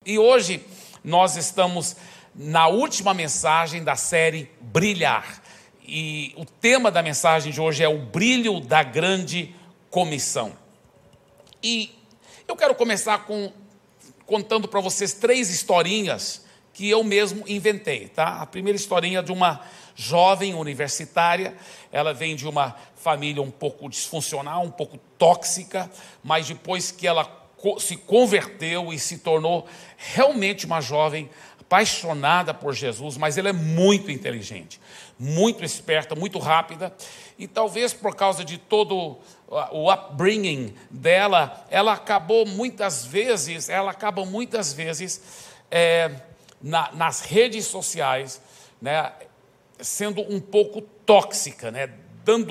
E hoje nós estamos na última mensagem da série Brilhar. E o tema da mensagem de hoje é o brilho da grande comissão. E eu quero começar contando para vocês 3 historinhas que eu mesmo inventei, tá? A primeira historinha é de uma jovem universitária. Ela vem de uma família um pouco disfuncional, um pouco tóxica, mas depois que ela se converteu e se tornou realmente uma jovem apaixonada por Jesus, mas ela é muito inteligente, muito esperta, muito rápida, e talvez por causa de todo o upbringing dela, ela acaba muitas vezes nas redes sociais, né, sendo um pouco tóxica, né, dando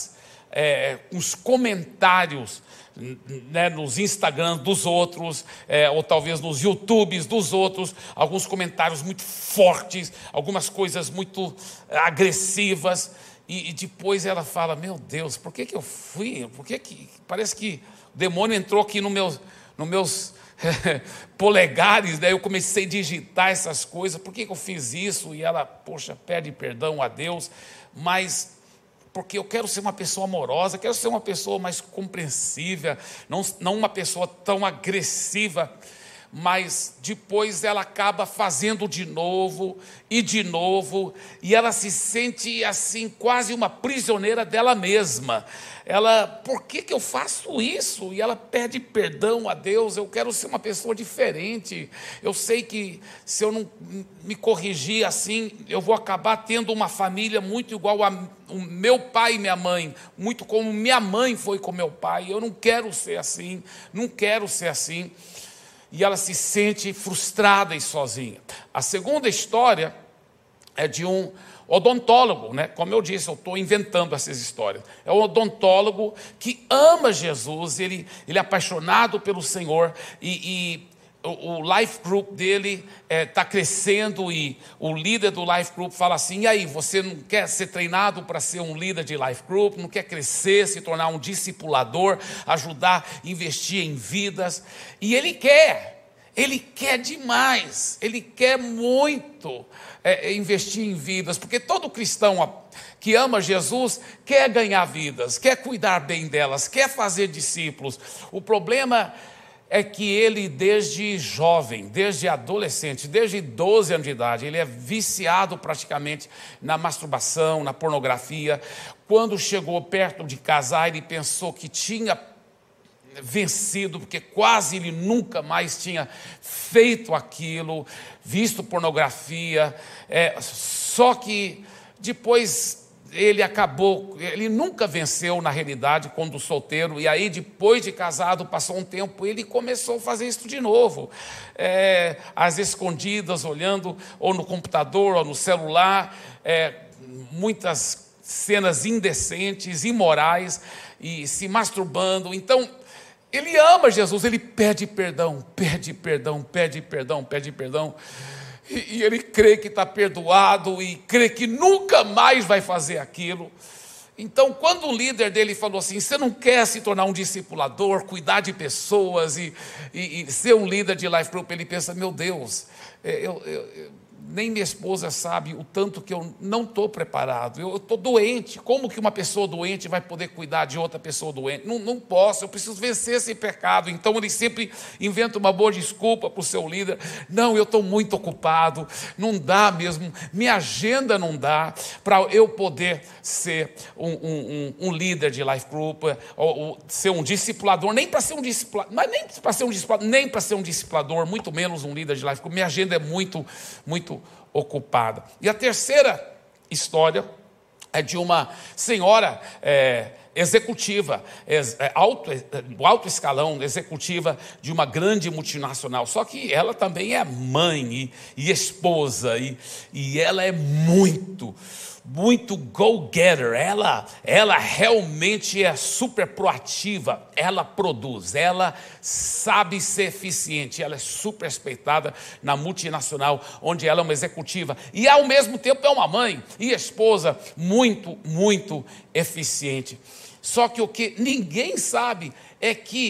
uns comentários, né, nos Instagrams dos outros, ou talvez nos YouTubes dos outros, alguns comentários muito fortes, algumas coisas muito agressivas, e depois ela fala: meu Deus, por que eu fui? Por que parece que o demônio entrou aqui nos meus polegares, né? Eu comecei a digitar essas coisas, por que eu fiz isso? E ela, poxa, pede perdão a Deus, mas porque eu quero ser uma pessoa amorosa, quero ser uma pessoa mais compreensiva, não uma pessoa tão agressiva. Mas depois ela acaba fazendo de novo, e ela se sente assim, quase uma prisioneira dela mesma. Por que eu faço isso? E ela pede perdão a Deus. Eu quero ser uma pessoa diferente. Eu sei que se eu não me corrigir assim, eu vou acabar tendo uma família muito igual o meu pai e minha mãe, muito como minha mãe foi com meu pai. Eu não quero ser assim, não quero ser assim. E ela se sente frustrada e sozinha. A segunda história é de um odontólogo, né? Como eu disse, eu estou inventando essas histórias. É um odontólogo que ama Jesus, ele é apaixonado pelo Senhor, e o life group dele está crescendo, e o líder do life group fala assim: e aí, você não quer ser treinado para ser um líder de life group? Não quer crescer, se tornar um discipulador, ajudar, investir em vidas? E ele quer demais, ele quer muito investir em vidas, porque todo cristão que ama Jesus quer ganhar vidas, quer cuidar bem delas, quer fazer discípulos. O problema é que ele, desde jovem, desde adolescente, desde 12 anos de idade, ele é viciado praticamente na masturbação, na pornografia. Quando chegou perto de casar, ele pensou que tinha vencido, porque quase ele nunca mais tinha feito aquilo, visto pornografia. Só que depois ele nunca venceu na realidade quando solteiro, e aí depois de casado, passou um tempo, ele começou a fazer isso de novo, às escondidas, olhando ou no computador ou no celular, muitas cenas indecentes, imorais, e se masturbando. Então ele ama Jesus, ele pede perdão, e ele crê que está perdoado, e crê que nunca mais vai fazer aquilo. Então, quando o líder dele falou assim: você não quer se tornar um discipulador, cuidar de pessoas e ser um líder de life group, ele pensa: meu Deus, nem minha esposa sabe o tanto que eu não estou preparado, eu estou doente. Como que uma pessoa doente vai poder cuidar de outra pessoa doente? Não posso, eu preciso vencer esse pecado. Então ele sempre inventa uma boa desculpa para o seu líder: não, eu estou muito ocupado, não dá mesmo, minha agenda não dá para eu poder ser um líder de life group, ou ser um discipulador, nem para ser um discipulador, mas nem para ser um discipulador, nem para ser um discipulador, muito menos um líder de life group. Minha agenda é muito ocupada. E a terceira história é de uma senhora executiva, alto escalão, executiva de uma grande multinacional. Só que ela também é mãe e esposa, e ela é muito go-getter. Ela realmente é super proativa, ela produz, ela sabe ser eficiente, ela é super respeitada na multinacional, onde ela é uma executiva, e ao mesmo tempo é uma mãe e esposa muito eficiente. Só que o que ninguém sabe é que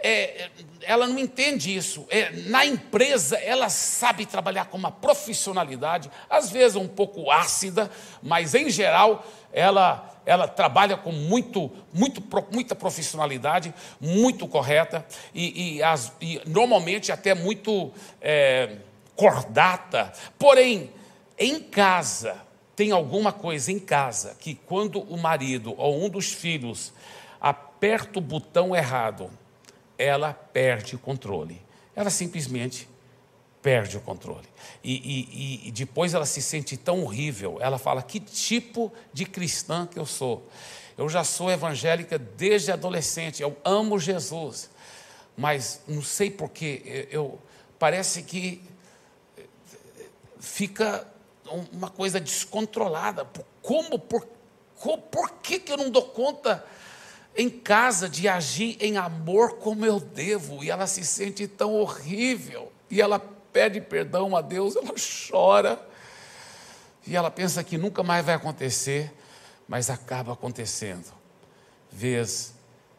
ela não entende isso. Na empresa, ela sabe trabalhar com uma profissionalidade, às vezes um pouco ácida, mas em geral, ela trabalha com muita profissionalidade, muito correta, e normalmente até muito cordata. Porém, em casa, tem alguma coisa em casa que quando o marido ou um dos filhos aperta o botão errado, ela perde o controle. Ela simplesmente perde o controle. E depois ela se sente tão horrível. Ela fala, que tipo de cristã que eu sou? Eu já sou evangélica desde adolescente, eu amo Jesus, mas não sei porquê, parece que fica uma coisa descontrolada. Por que eu não dou conta em casa de agir em amor como eu devo? E ela se sente tão horrível, e ela pede perdão a Deus, ela chora, e ela pensa que nunca mais vai acontecer, mas acaba acontecendo, vez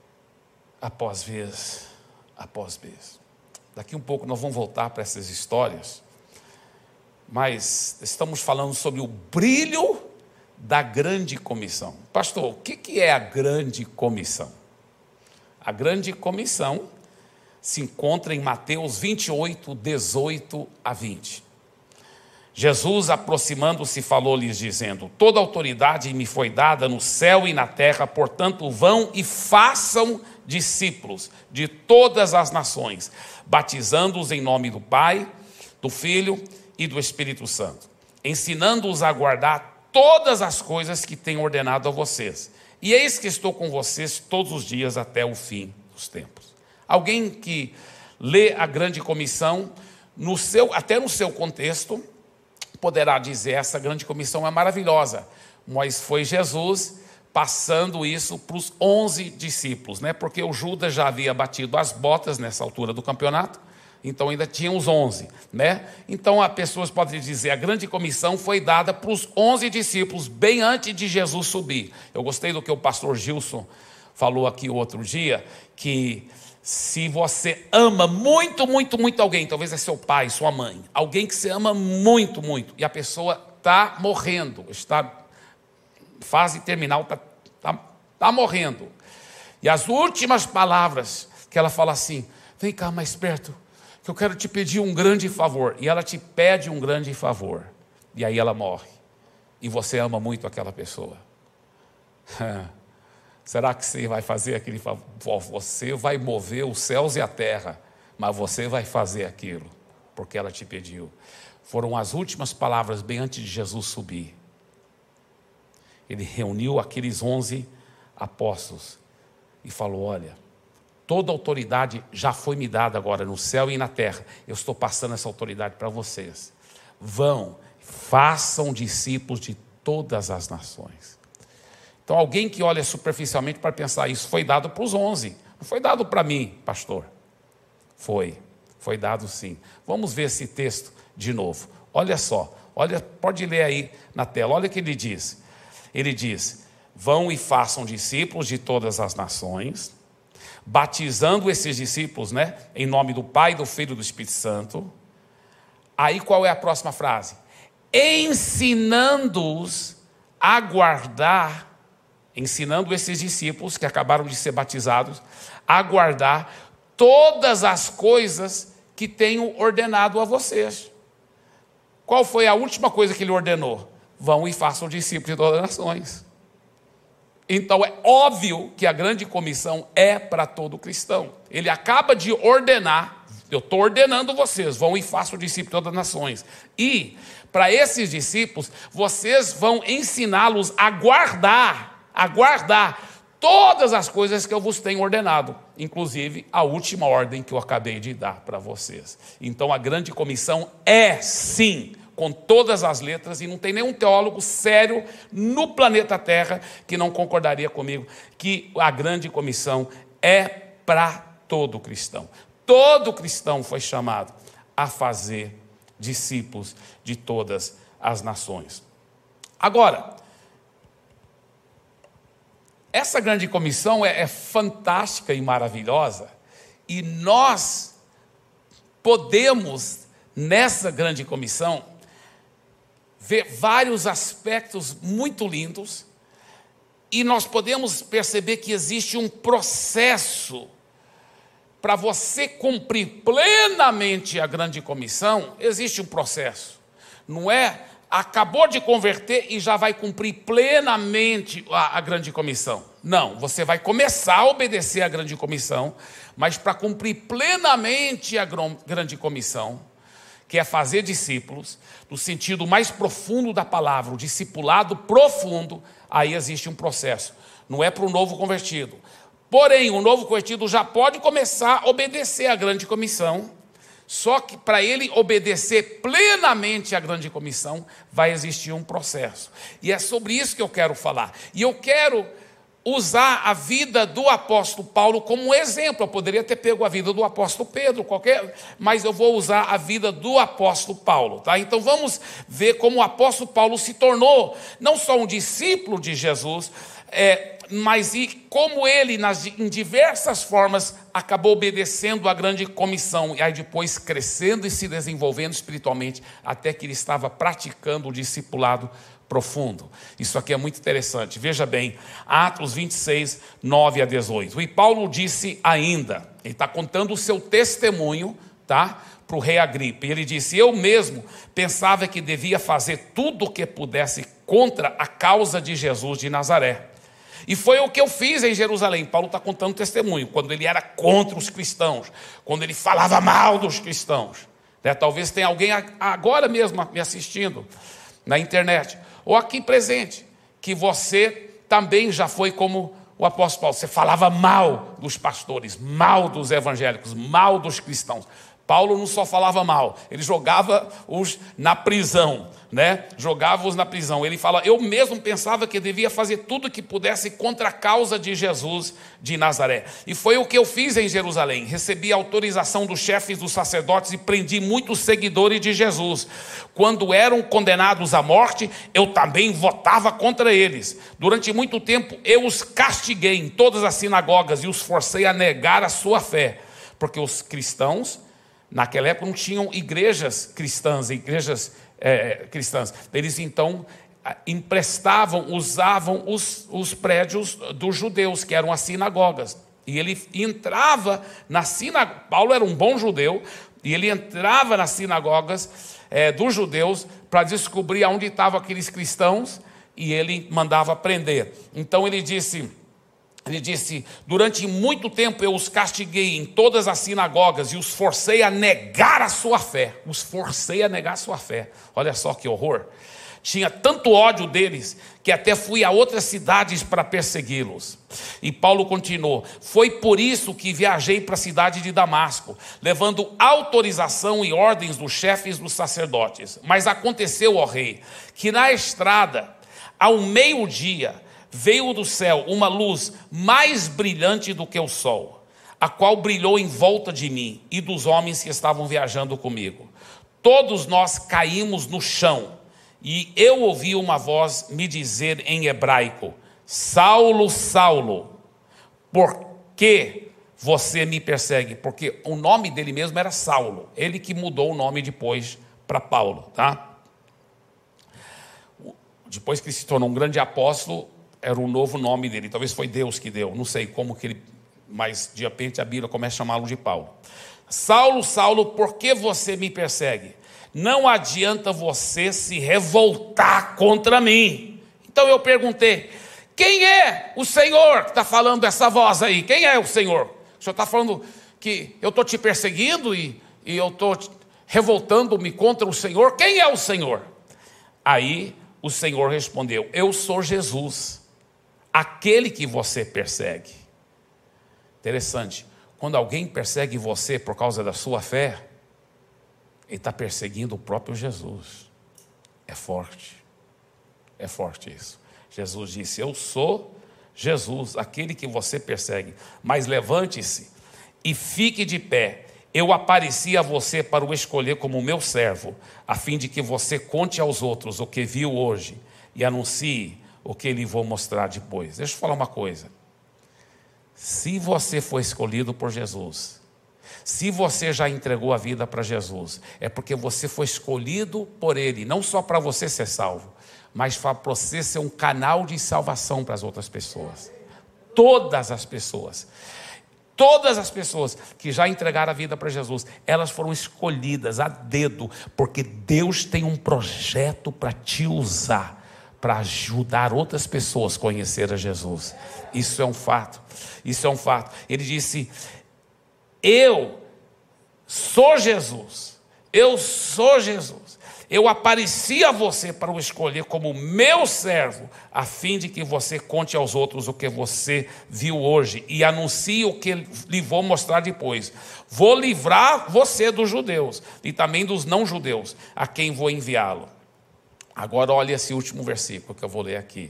após vez, após vez. Daqui um pouco nós vamos voltar para essas histórias, mas estamos falando sobre o brilho da grande comissão. Pastor, o que é a grande comissão? A grande comissão se encontra em Mateus 28, 18 a 20. Jesus, aproximando-se, falou-lhes, dizendo: toda autoridade me foi dada no céu e na terra, portanto vão e façam discípulos de todas as nações, batizando-os em nome do Pai, do Filho e do Espírito Santo, ensinando-os a guardar todas as coisas que tenho ordenado a vocês. E eis que estou com vocês todos os dias até o fim dos tempos. Alguém que lê a grande comissão, até no seu contexto, poderá dizer, essa grande comissão é maravilhosa, mas foi Jesus passando isso para os 11 discípulos, né? Porque o Judas já havia batido as botas nessa altura do campeonato, então ainda tinha os 11, né? Então as pessoas podem dizer, a grande comissão foi dada para os 11 discípulos, bem antes de Jesus subir. Eu gostei do que o pastor Gilson falou aqui o outro dia, que se você ama muito, muito, muito alguém, talvez é seu pai, sua mãe, alguém que você ama muito, muito, e a pessoa está morrendo, está fase terminal, está morrendo, e as últimas palavras que ela fala assim, vem cá mais perto, que eu quero te pedir um grande favor, e ela te pede um grande favor, e aí ela morre, e você ama muito aquela pessoa. Será que você vai fazer aquele favor? Você vai mover os céus e a terra, mas você vai fazer aquilo, porque ela te pediu. Foram as últimas palavras bem antes de Jesus subir. Ele reuniu aqueles 11 apóstolos e falou, olha, toda autoridade já foi me dada agora no céu e na terra. Eu estou passando essa autoridade para vocês. Vão, façam discípulos de todas as nações. Então, alguém que olha superficialmente para pensar, isso foi dado para os 11. Não foi dado para mim, pastor. Foi dado sim. Vamos ver esse texto de novo. Olha só, pode ler aí na tela. Olha o que ele diz. Ele diz, vão e façam discípulos de todas as nações, batizando esses discípulos, né, em nome do Pai, do Filho e do Espírito Santo. Aí qual é a próxima frase? Ensinando-os a guardar, ensinando esses discípulos que acabaram de ser batizados, a guardar todas as coisas que tenho ordenado a vocês. Qual foi a última coisa que ele ordenou? Vão e façam discípulos de todas as nações. Então é óbvio que a grande comissão é para todo cristão. Ele acaba de ordenar, eu estou ordenando vocês, vão e façam discípulos de todas as nações. E para esses discípulos, vocês vão ensiná-los a guardar todas as coisas que eu vos tenho ordenado, inclusive a última ordem que eu acabei de dar para vocês. Então a grande comissão é sim, com todas as letras, e não tem nenhum teólogo sério no planeta Terra que não concordaria comigo, que a grande comissão é para todo cristão. Todo cristão foi chamado a fazer discípulos de todas as nações. Agora, essa grande comissão é fantástica e maravilhosa, E nós podemos, nessa grande comissão, ver vários aspectos muito lindos, e nós podemos perceber que existe um processo para você cumprir plenamente a grande comissão. Existe um processo, não é acabou de converter e já vai cumprir plenamente a grande comissão. Não, você vai começar a obedecer a grande comissão, mas para cumprir plenamente a grande comissão, que é fazer discípulos, no sentido mais profundo da palavra, o discipulado profundo, aí existe um processo. Não é para o novo convertido. Porém, o novo convertido já pode começar a obedecer a grande comissão, só que para ele obedecer plenamente à grande comissão, vai existir um processo. E é sobre isso que eu quero falar. E eu quero usar a vida do apóstolo Paulo como um exemplo. Eu poderia ter pego a vida do apóstolo Pedro, mas eu vou usar a vida do apóstolo Paulo, tá? Então vamos ver como o apóstolo Paulo se tornou não só um discípulo de Jesus, mas e como ele, em diversas formas, acabou obedecendo a grande comissão, e aí depois crescendo e se desenvolvendo espiritualmente, até que ele estava praticando o discipulado profundo. Isso aqui é muito interessante. Veja bem, Atos 26, 9 a 18. E Paulo disse ainda, ele está contando o seu testemunho, tá? Para o rei Agripa. E ele disse: eu mesmo pensava que devia fazer tudo o que pudesse contra a causa de Jesus de Nazaré. E foi o que eu fiz em Jerusalém. Paulo está contando testemunho, quando ele era contra os cristãos, quando ele falava mal dos cristãos, né? Talvez tenha alguém agora mesmo me assistindo na internet, ou aqui presente, que você também já foi como o apóstolo Paulo. Você falava mal dos pastores, mal dos evangélicos, mal dos cristãos. Paulo não só falava mal, ele jogava-os na prisão, né? Jogava-os na prisão. Ele fala: eu mesmo pensava que devia fazer tudo o que pudesse contra a causa de Jesus de Nazaré. E foi o que eu fiz em Jerusalém. Recebi a autorização dos chefes dos sacerdotes e prendi muitos seguidores de Jesus. Quando eram condenados à morte, eu também votava contra eles. Durante muito tempo eu os castiguei em todas as sinagogas e os forcei a negar a sua fé, porque os cristãos naquela época não tinham igrejas cristãs, cristãs. Eles então emprestavam, usavam os prédios dos judeus, que eram as sinagogas. E ele entrava na sinagoga. Paulo era um bom judeu, e ele entrava nas sinagogas dos judeus para descobrir onde estavam aqueles cristãos, e ele mandava prender. Então ele disse: durante muito tempo eu os castiguei em todas as sinagogas e os forcei a negar a sua fé. Os forcei a negar a sua fé. Olha só que horror. Tinha tanto ódio deles que até fui a outras cidades para persegui-los. E Paulo continuou: foi por isso que viajei para a cidade de Damasco, levando autorização e ordens dos chefes dos sacerdotes. Mas aconteceu, ó rei, que na estrada, ao meio-dia, veio do céu uma luz mais brilhante do que o sol, a qual brilhou em volta de mim e dos homens que estavam viajando comigo. Todos nós caímos no chão, e eu ouvi uma voz me dizer em hebraico: Saulo, Saulo, por que você me persegue? Porque o nome dele mesmo era Saulo, ele que mudou o nome depois para Paulo, tá? Depois que ele se tornou um grande apóstolo, era o novo nome dele. Talvez foi Deus que deu, não sei como que ele, mas de repente a Bíblia começa a chamá-lo de Paulo. Saulo, Saulo, por que você me persegue? Não adianta você se revoltar contra mim. Então eu perguntei: quem é o Senhor que está falando essa voz aí? Quem é o Senhor? O Senhor está falando que eu estou te perseguindo e eu estou revoltando-me contra o Senhor? Quem é o Senhor? Aí o Senhor respondeu: eu sou Jesus, aquele que você persegue. Interessante, quando alguém persegue você por causa da sua fé, ele está perseguindo o próprio Jesus. É forte isso. Jesus disse: eu sou Jesus, aquele que você persegue, mas levante-se e fique de pé. Eu apareci a você para o escolher como meu servo, a fim de que você conte aos outros o que viu hoje e anuncie o que lhe vou mostrar depois. Deixa eu falar uma coisa. Se você for escolhido por Jesus, Se você já entregou a vida para Jesus, é porque você foi escolhido por Ele, não só para você ser salvo, mas para você ser um canal de salvação para as outras pessoas. Todas as pessoas que já entregaram a vida para Jesus, elas foram escolhidas a dedo, porque Deus tem um projeto para te usar, para ajudar outras pessoas a conhecer a Jesus. Isso é um fato, isso é um fato. Ele disse: eu sou Jesus, eu sou Jesus. Eu apareci a você para o escolher como meu servo, a fim de que você conte aos outros o que você viu hoje e anuncie o que lhe vou mostrar depois. Vou livrar você dos judeus e também dos não-judeus, a quem vou enviá-lo. Agora olha esse último versículo que eu vou ler aqui.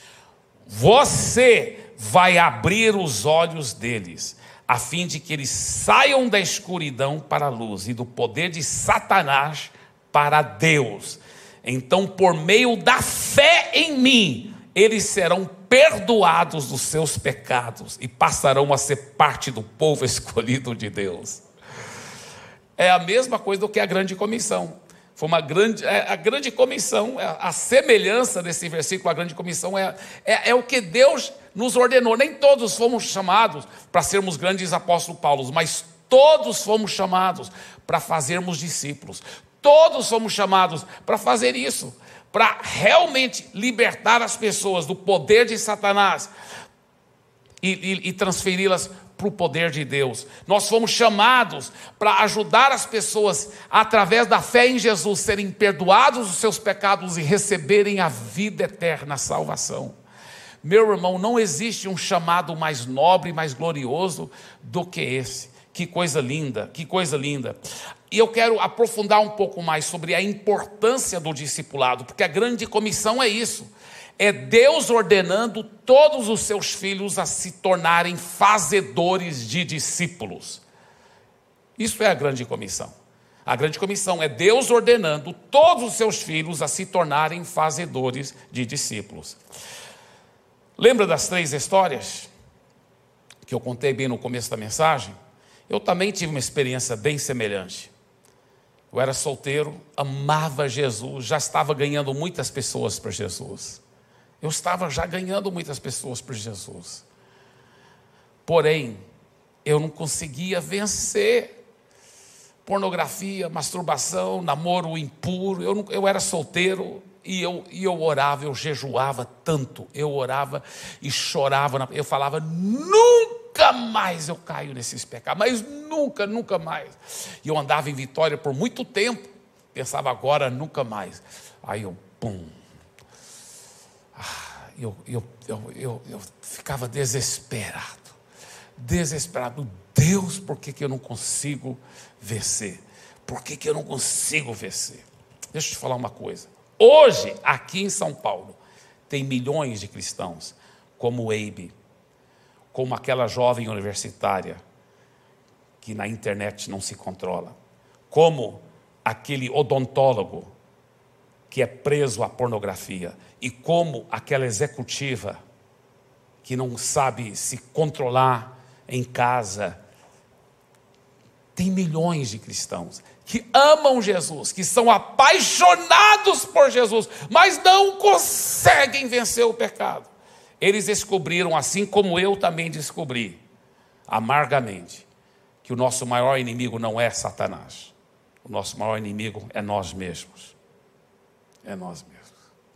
Você vai abrir os olhos deles, a fim de que eles saiam da escuridão para a luz e do poder de Satanás para Deus. Então, por meio da fé em mim, eles serão perdoados dos seus pecados e passarão a ser parte do povo escolhido de Deus. É a mesma coisa do que a grande comissão. Foi a grande comissão, a semelhança desse versículo, a grande comissão é o que Deus nos ordenou. Nem todos fomos chamados para sermos grandes apóstolos Paulo, mas todos fomos chamados para fazermos discípulos. Todos somos chamados para fazer isso, para realmente libertar as pessoas do poder de Satanás e transferi-las para o poder de Deus. Nós fomos chamados para ajudar as pessoas, através da fé em Jesus, serem perdoados os seus pecados e receberem a vida eterna, a salvação. Meu irmão, não existe um chamado mais nobre, mais glorioso do que esse. Que coisa linda, que coisa linda. E eu quero aprofundar um pouco mais sobre a importância do discipulado, porque a grande comissão é isso. É Deus ordenando todos os seus filhos a se tornarem fazedores de discípulos. Isso é a grande comissão. A grande comissão é Deus ordenando todos os seus filhos a se tornarem fazedores de discípulos. Lembra das 3 histórias que eu contei bem no começo da mensagem? Eu também tive uma experiência bem semelhante. Eu era solteiro, amava Jesus, já estava ganhando muitas pessoas para Jesus. Eu estava já ganhando muitas pessoas para Jesus. Porém, eu não conseguia vencer pornografia, masturbação, namoro impuro. Eu era solteiro e eu orava, eu jejuava tanto. Eu orava e chorava. Eu falava: nunca mais eu caio nesses pecados, mas nunca, nunca mais. E eu andava em Vitória por muito tempo, pensava: agora nunca mais. Aí eu, pum. Eu ficava desesperado. Deus, por que eu não consigo vencer? Por que eu não consigo vencer? Deixa eu te falar uma coisa. Hoje, aqui em São Paulo, tem milhões de cristãos, como o Eibe, como aquela jovem universitária que na internet não se controla, como aquele odontólogo que é preso à pornografia, e como aquela executiva que não sabe se controlar em casa. Tem milhões de cristãos que amam Jesus, que são apaixonados por Jesus, mas não conseguem vencer o pecado. Eles descobriram, assim como eu também descobri, amargamente, que o nosso maior inimigo não é Satanás. O nosso maior inimigo é nós mesmos. É nós mesmos.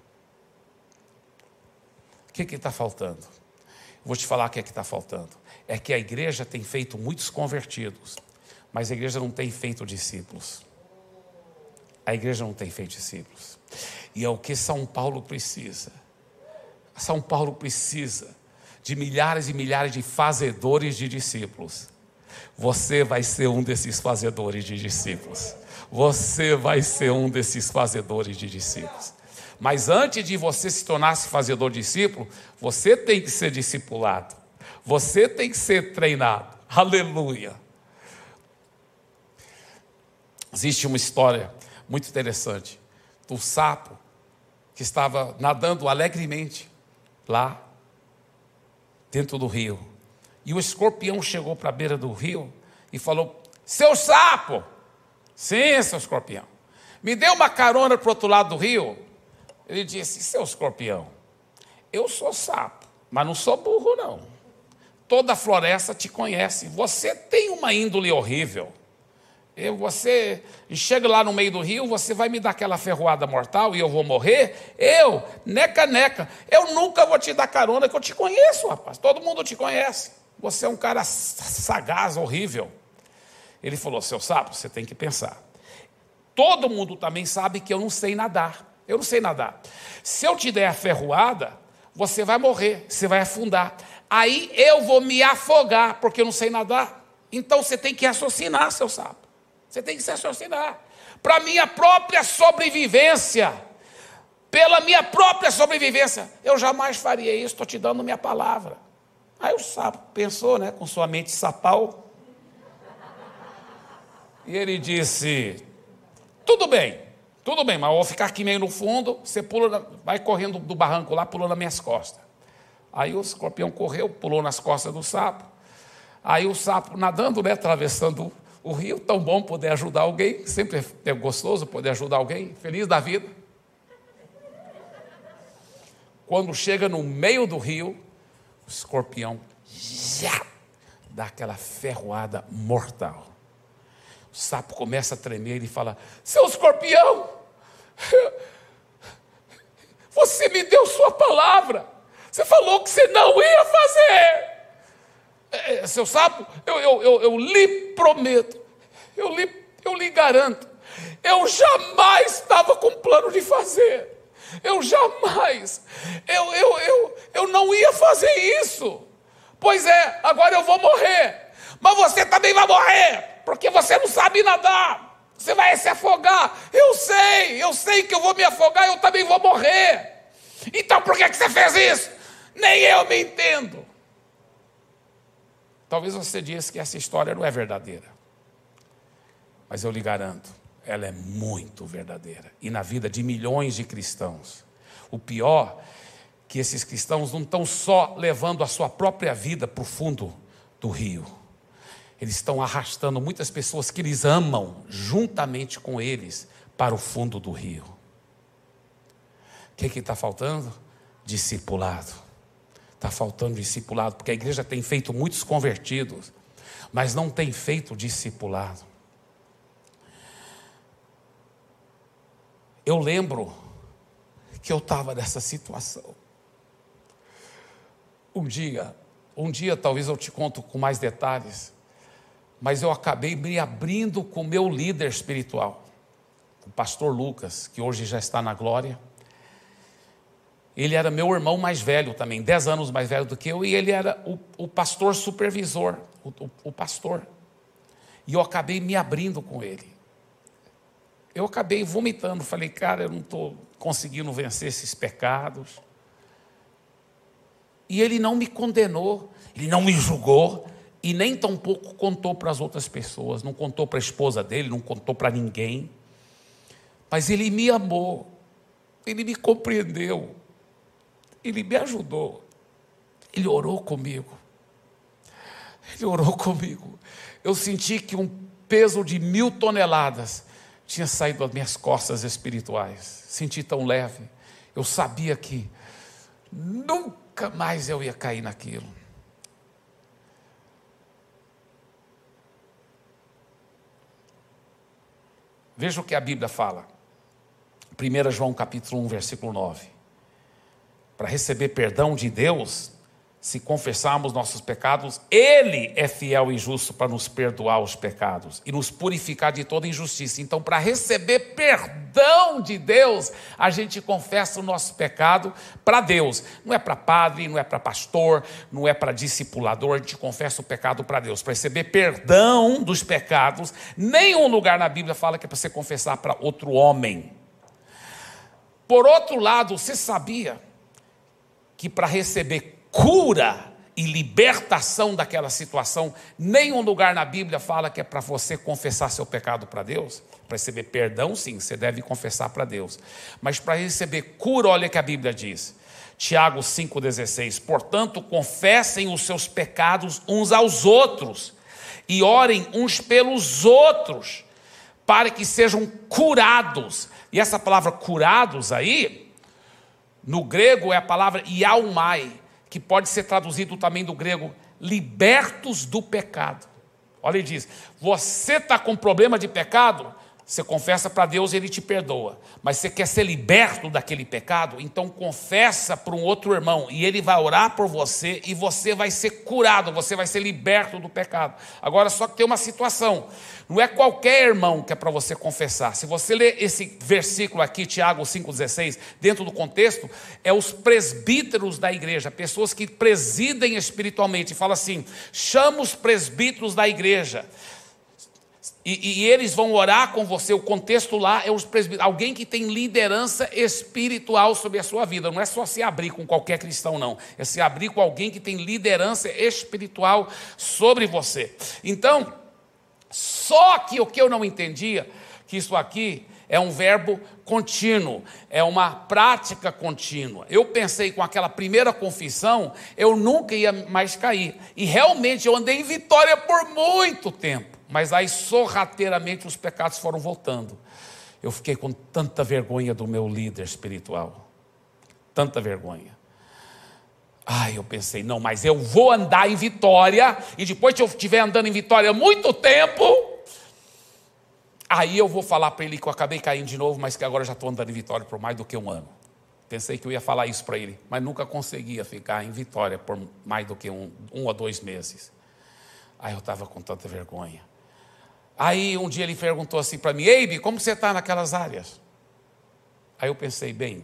O que está faltando? Vou te falar o que está faltando. É que a igreja tem feito muitos convertidos, mas a igreja não tem feito discípulos. A igreja não tem feito discípulos. E é o que São Paulo precisa. São Paulo precisa de milhares e milhares de fazedores de discípulos. Você vai ser um desses fazedores de discípulos. Você vai ser um desses fazedores de discípulos. Mas antes de você se tornar fazedor de discípulo, você tem que ser discipulado. Você tem que ser treinado. Aleluia. Existe uma história muito interessante do sapo que estava nadando alegremente lá dentro do rio. E o escorpião chegou para a beira do rio e falou: seu sapo. Sim, seu escorpião. Me deu uma carona para o outro lado do rio. Ele disse, seu escorpião, eu sou sapo, mas não sou burro não. Toda a floresta te conhece. Você tem uma índole horrível. Você chega lá no meio do rio, você vai me dar aquela ferroada mortal e eu vou morrer? Eu, neca, eu nunca vou te dar carona, que eu te conheço, rapaz. Todo mundo te conhece. Você é um cara sagaz, horrível. Ele falou, seu sapo, você tem que pensar. Todo mundo também sabe que eu não sei nadar. Eu não sei nadar. Se eu te der a ferroada, você vai morrer, você vai afundar. Aí eu vou me afogar, porque eu não sei nadar. Então você tem que raciocinar, seu sapo. Você tem que se raciocinar. Para minha própria sobrevivência. Pela minha própria sobrevivência. Eu jamais faria isso, estou te dando minha palavra. Aí o sapo pensou, né, com sua mente sapal. E ele disse, tudo bem, mas eu vou ficar aqui meio no fundo, você vai correndo do barranco lá, pulando nas minhas costas. Aí o escorpião correu, pulou nas costas do sapo. Aí o sapo nadando, né, atravessando o rio, tão bom poder ajudar alguém, sempre é gostoso poder ajudar alguém, feliz da vida. Quando chega no meio do rio, o escorpião já dá aquela ferroada mortal. O sapo começa a tremer e fala, seu escorpião, você me deu sua palavra, você falou que você não ia fazer. Seu sapo, eu lhe prometo, eu lhe garanto, eu jamais estava com plano de fazer, eu jamais, eu não ia fazer isso. Pois é, agora eu vou morrer, mas você também vai morrer, porque você não sabe nadar, você vai se afogar. Eu sei que eu vou me afogar, eu também vou morrer. Então por que você fez isso? Nem eu me entendo. Talvez você disse que essa história não é verdadeira, mas eu lhe garanto, ela é muito verdadeira. E na vida de milhões de cristãos. O pior é que esses cristãos não estão só levando a sua própria vida para o fundo do rio. Eles estão arrastando muitas pessoas que eles amam juntamente com eles para o fundo do rio. O que está faltando? Discipulado. Está faltando discipulado, porque a igreja tem feito muitos convertidos, mas não tem feito discipulado. Eu lembro que eu estava nessa situação. Um dia talvez eu te conto com mais detalhes, mas eu acabei me abrindo com o meu líder espiritual, o pastor Lucas, que hoje já está na glória. Ele era meu irmão mais velho também, 10 anos mais velho do que eu, e ele era o pastor supervisor, o pastor. E eu acabei me abrindo com ele. Eu acabei vomitando, falei, cara, eu não estou conseguindo vencer esses pecados. E ele não me condenou, ele não me julgou, e nem tampouco contou para as outras pessoas, não contou para a esposa dele, não contou para ninguém. Mas ele me amou, ele me compreendeu. Ele me ajudou, ele orou comigo, eu senti que um peso de 1000 toneladas tinha saído das minhas costas espirituais, senti tão leve, eu sabia que nunca mais eu ia cair naquilo. Veja o que a Bíblia fala, 1 João capítulo 1, versículo 9. Para receber perdão de Deus, se confessarmos nossos pecados, Ele é fiel e justo para nos perdoar os pecados e nos purificar de toda injustiça. Então, para receber perdão de Deus, a gente confessa o nosso pecado para Deus. Não é para padre, não é para pastor, não é para discipulador, a gente confessa o pecado para Deus. Para receber perdão dos pecados, nenhum lugar na Bíblia fala que é para você confessar para outro homem. Por outro lado, você sabia que para receber cura e libertação daquela situação, nenhum lugar na Bíblia fala que é para você confessar seu pecado para Deus? Para receber perdão, sim, você deve confessar para Deus. Mas para receber cura, olha o que a Bíblia diz. Tiago 5,16. Portanto, confessem os seus pecados uns aos outros e orem uns pelos outros, para que sejam curados. E essa palavra curados aí, no grego é a palavra iaumai, que pode ser traduzido também do grego libertos do pecado. Olha, ele diz, você está com problema de pecado? Você confessa para Deus e Ele te perdoa. Mas você quer ser liberto daquele pecado? Então confessa para um outro irmão e ele vai orar por você e você vai ser curado, você vai ser liberto do pecado. Agora só que tem uma situação, não é qualquer irmão que é para você confessar. Se você ler esse versículo aqui, Tiago 5,16, dentro do contexto, é os presbíteros da igreja, pessoas que presidem espiritualmente. Fala assim, chama os presbíteros da igreja. E eles vão orar com você. O contexto lá é os presbíteros, alguém que tem liderança espiritual sobre a sua vida. Não é só se abrir com qualquer cristão, não. É se abrir com alguém que tem liderança espiritual sobre você. Então, só que o que eu não entendia, que isso aqui é um verbo contínuo, é uma prática contínua. Eu pensei com aquela primeira confissão, eu nunca ia mais cair. E realmente eu andei em vitória por muito tempo. Mas aí sorrateiramente os pecados foram voltando. Eu fiquei com tanta vergonha do meu líder espiritual. Tanta vergonha. Eu pensei, não, mas eu vou andar em vitória. E depois que eu estiver andando em vitória há muito tempo, aí eu vou falar para ele que eu acabei caindo de novo, mas que agora já estou andando em vitória por mais do que um ano. Pensei que eu ia falar isso para ele, mas nunca conseguia ficar em vitória por mais do que um ou 2 meses. Aí eu estava com tanta vergonha. Aí um dia ele perguntou assim para mim, Eibe, como você está naquelas áreas? Aí eu pensei, bem,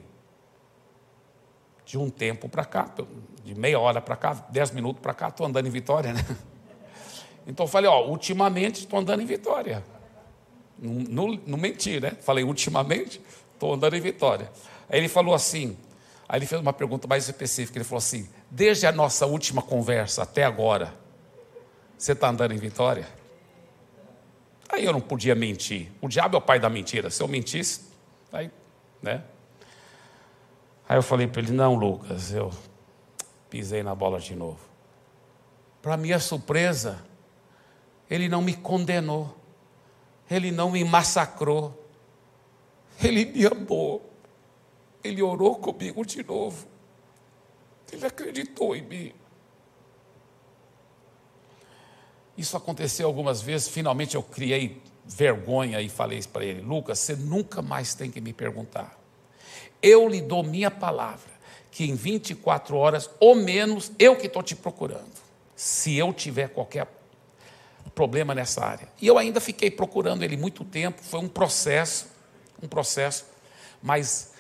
de um tempo para cá, de meia hora para cá, 10 minutos para cá, estou andando em vitória, né? Então eu falei, ultimamente estou andando em vitória. Não menti, né? Falei, ultimamente estou andando em vitória. Aí ele falou assim, aí ele fez uma pergunta mais específica, ele falou assim, desde a nossa última conversa até agora, você está andando em vitória? Aí eu não podia mentir. O diabo é o pai da mentira. Se eu mentisse, aí, né? Aí eu falei para ele, não, Lucas, eu pisei na bola de novo. Para minha surpresa, ele não me condenou. Ele não me massacrou. Ele me amou. Ele orou comigo de novo. Ele acreditou em mim. Isso aconteceu algumas vezes, finalmente eu criei vergonha e falei isso para ele, Lucas, você nunca mais tem que me perguntar. Eu lhe dou minha palavra, que em 24 horas ou menos, eu que estou te procurando, se eu tiver qualquer problema nessa área. E eu ainda fiquei procurando ele muito tempo, foi um processo, mas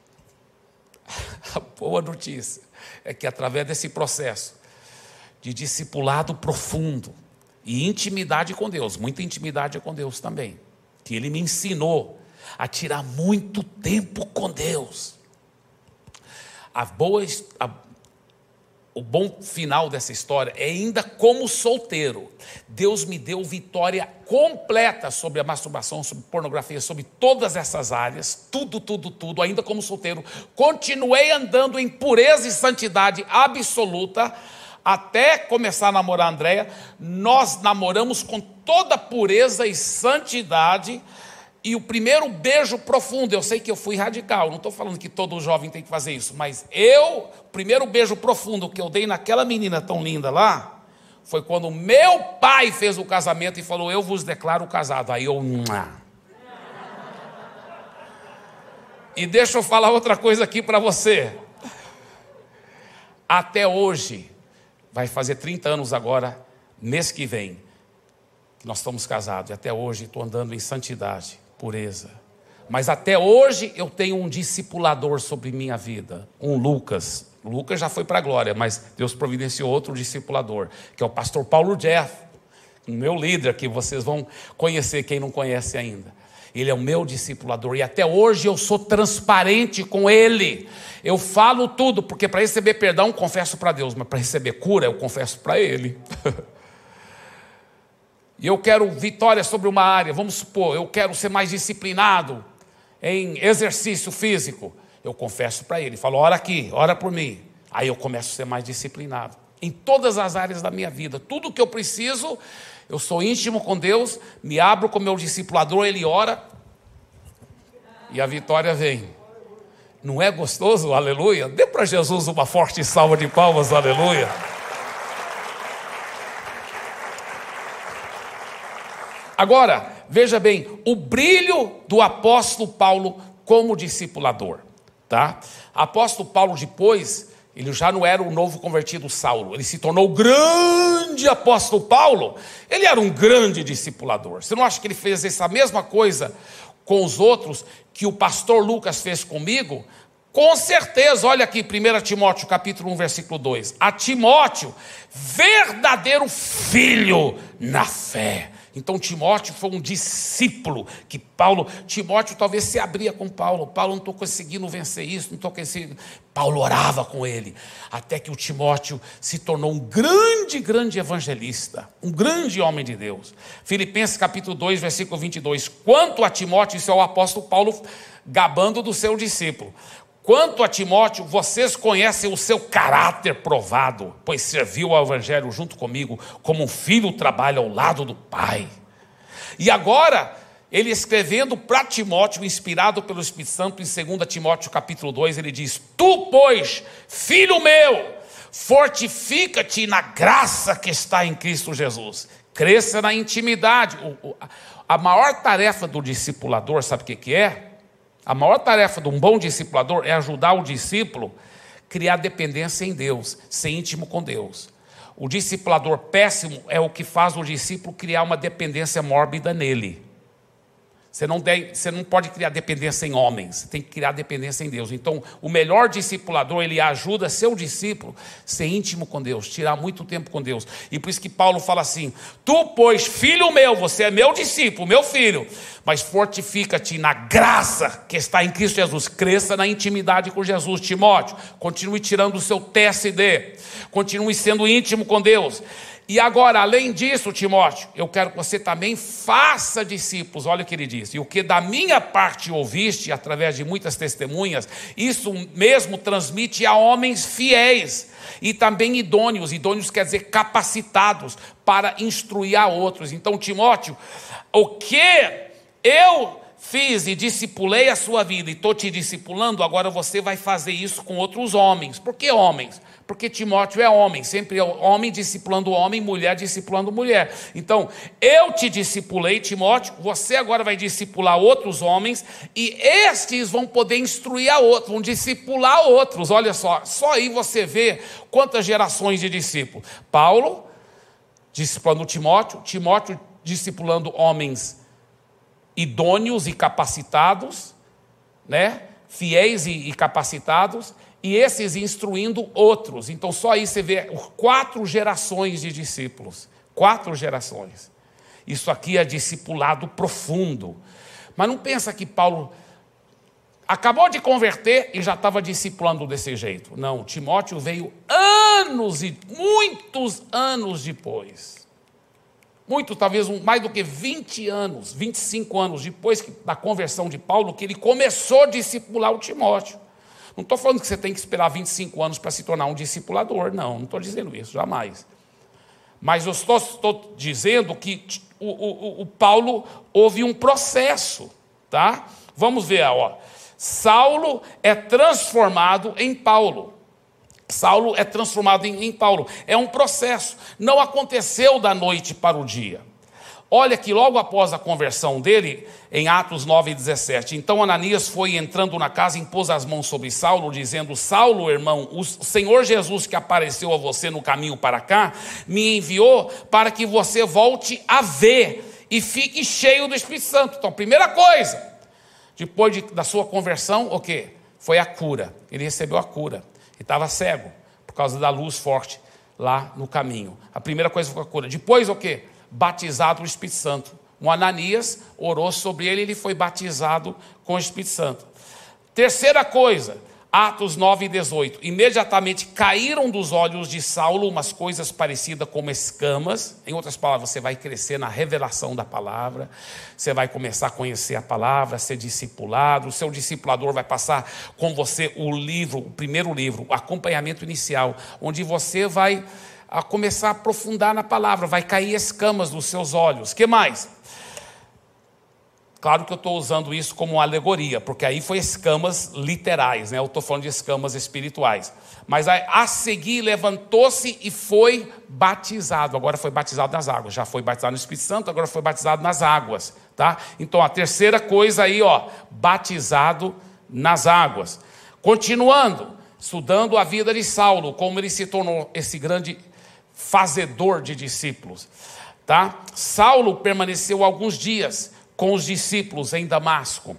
a boa notícia é que através desse processo de discipulado profundo, e intimidade com Deus, muita intimidade com Deus também, que Ele me ensinou a tirar muito tempo com Deus. O bom final dessa história é ainda como solteiro, Deus me deu vitória completa sobre a masturbação, sobre pornografia, sobre todas essas áreas, tudo, ainda como solteiro, continuei andando em pureza e santidade absoluta, até começar a namorar a Andréia. Nós namoramos com toda pureza e santidade, e o primeiro beijo profundo, eu sei que eu fui radical, não estou falando que todo jovem tem que fazer isso, mas o primeiro beijo profundo que eu dei naquela menina tão linda lá, foi quando meu pai fez o casamento e falou, eu vos declaro casado. Aí eu... E deixa eu falar outra coisa aqui para você. Até hoje, vai fazer 30 anos agora, mês que vem, que nós estamos casados. E até hoje estou andando em santidade, pureza. Mas até hoje eu tenho um discipulador sobre minha vida, um Lucas. O Lucas já foi para a glória, mas Deus providenciou outro discipulador, que é o pastor Paulo Jeff, o meu líder, que vocês vão conhecer, quem não conhece ainda. Ele é o meu discipulador e até hoje eu sou transparente com ele. Eu falo tudo, porque para receber perdão, confesso para Deus, mas para receber cura, eu confesso para ele. E eu quero vitória sobre uma área, vamos supor, eu quero ser mais disciplinado em exercício físico. Eu confesso para ele, falo, ora aqui, ora por mim. Aí eu começo a ser mais disciplinado. Em todas as áreas da minha vida, tudo que eu preciso, Eu sou íntimo com Deus, me abro com o meu discipulador, ele ora e a vitória vem. Não é gostoso? Aleluia. Dê para Jesus uma forte salva de palmas, aleluia. Agora, veja bem, o brilho do apóstolo Paulo como discipulador, tá? Apóstolo Paulo depois, ele já não era o novo convertido Saulo, ele se tornou o grande apóstolo Paulo. Ele era um grande discipulador. Você não acha que ele fez essa mesma coisa com os outros que o pastor Lucas fez comigo? Com certeza. Olha aqui, 1 Timóteo capítulo 1, versículo 2. A Timóteo, verdadeiro filho na fé. Então Timóteo foi um discípulo que Timóteo talvez se abria com Paulo. Paulo, não estou conseguindo vencer isso, não estou conseguindo. Paulo orava com ele, até que o Timóteo se tornou um grande evangelista, um grande homem de Deus. Filipenses capítulo 2, versículo 22. Quanto a Timóteo, isso é o apóstolo Paulo gabando do seu discípulo. Quanto a Timóteo, vocês conhecem o seu caráter provado, pois serviu ao evangelho junto comigo, como um filho trabalha ao lado do pai. E agora, ele escrevendo para Timóteo, inspirado pelo Espírito Santo, em 2 Timóteo capítulo 2, ele diz: Tu, pois, filho meu, fortifica-te na graça que está em Cristo Jesus. Cresça na intimidade. A maior tarefa do discipulador, sabe o que é? A maior tarefa de um bom discipulador é ajudar o discípulo a criar dependência em Deus, ser íntimo com Deus. O discipulador péssimo é o que faz o discípulo criar uma dependência mórbida nele. Você não pode criar dependência em homens, você tem que criar dependência em Deus. Então, o melhor discipulador, ele ajuda seu discípulo a ser íntimo com Deus, tirar muito tempo com Deus. E por isso que Paulo fala assim: Tu, pois, filho meu, você é meu discípulo, meu filho, mas fortifica-te na graça que está em Cristo Jesus. Cresça na intimidade com Jesus. Timóteo, continue tirando o seu TSD, continue sendo íntimo com Deus. E agora, além disso, Timóteo, eu quero que você também faça discípulos. Olha o que ele diz: E o que da minha parte ouviste, através de muitas testemunhas, isso mesmo transmite a homens fiéis e também idôneos. Idôneos quer dizer capacitados para instruir a outros. Então, Timóteo, o que eu fiz e discipulei a sua vida e estou te discipulando, agora você vai fazer isso com outros homens. Por que homens? Porque Timóteo é homem, sempre é homem discipulando homem, mulher discipulando mulher. Então, eu te discipulei, Timóteo, você agora vai discipular outros homens, e estes vão poder instruir a outros, vão discipular outros. Olha só aí você vê quantas gerações de discípulos. Paulo discipulando Timóteo, Timóteo discipulando homens idôneos e capacitados, né? Fiéis e capacitados, e esses instruindo outros. Então só aí você vê 4 gerações de discípulos. 4 gerações. Isso aqui é discipulado profundo. Mas não pensa que Paulo acabou de converter e já estava discipulando desse jeito. Não, Timóteo veio anos e muitos anos depois. Muito, talvez mais do que 20 anos, 25 anos depois da conversão de Paulo, que ele começou a discipular o Timóteo. Não estou falando que você tem que esperar 25 anos para se tornar um discipulador, não estou dizendo isso, jamais. Mas eu estou dizendo que o Paulo houve um processo, tá? Vamos ver, ó. Saulo é transformado em Paulo. Saulo é transformado em Paulo. É um processo. Não aconteceu da noite para o dia. Olha que logo após a conversão dele, em Atos 9:17, então Ananias foi entrando na casa e impôs as mãos sobre Saulo, dizendo: Saulo, irmão, o Senhor Jesus que apareceu a você no caminho para cá, me enviou para que você volte a ver e fique cheio do Espírito Santo. Então, primeira coisa, depois da sua conversão, o quê? Foi a cura. Ele recebeu a cura. Ele estava cego, por causa da luz forte lá no caminho. A primeira coisa foi a cura. Depois o quê? Batizado no Espírito Santo. Um Ananias orou sobre ele e ele foi batizado com o Espírito Santo. Terceira coisa, Atos 9:18. Imediatamente caíram dos olhos de Saulo umas coisas parecidas como escamas. Em outras palavras, você vai crescer na revelação da palavra, você vai começar a conhecer a palavra, ser discipulado, o seu discipulador vai passar com você o primeiro livro, o acompanhamento inicial, onde você vai a começar a aprofundar na palavra, vai cair escamas dos seus olhos. O que mais? Claro que eu estou usando isso como uma alegoria, porque aí foi escamas literais, né? Eu estou falando de escamas espirituais. Mas a seguir levantou-se e foi batizado. Agora foi batizado nas águas. Já foi batizado no Espírito Santo, agora foi batizado nas águas. Tá? Então a terceira coisa aí, batizado nas águas. Continuando, estudando a vida de Saulo, como ele se tornou esse grande fazedor de discípulos. Tá? Saulo permaneceu alguns dias com os discípulos em Damasco.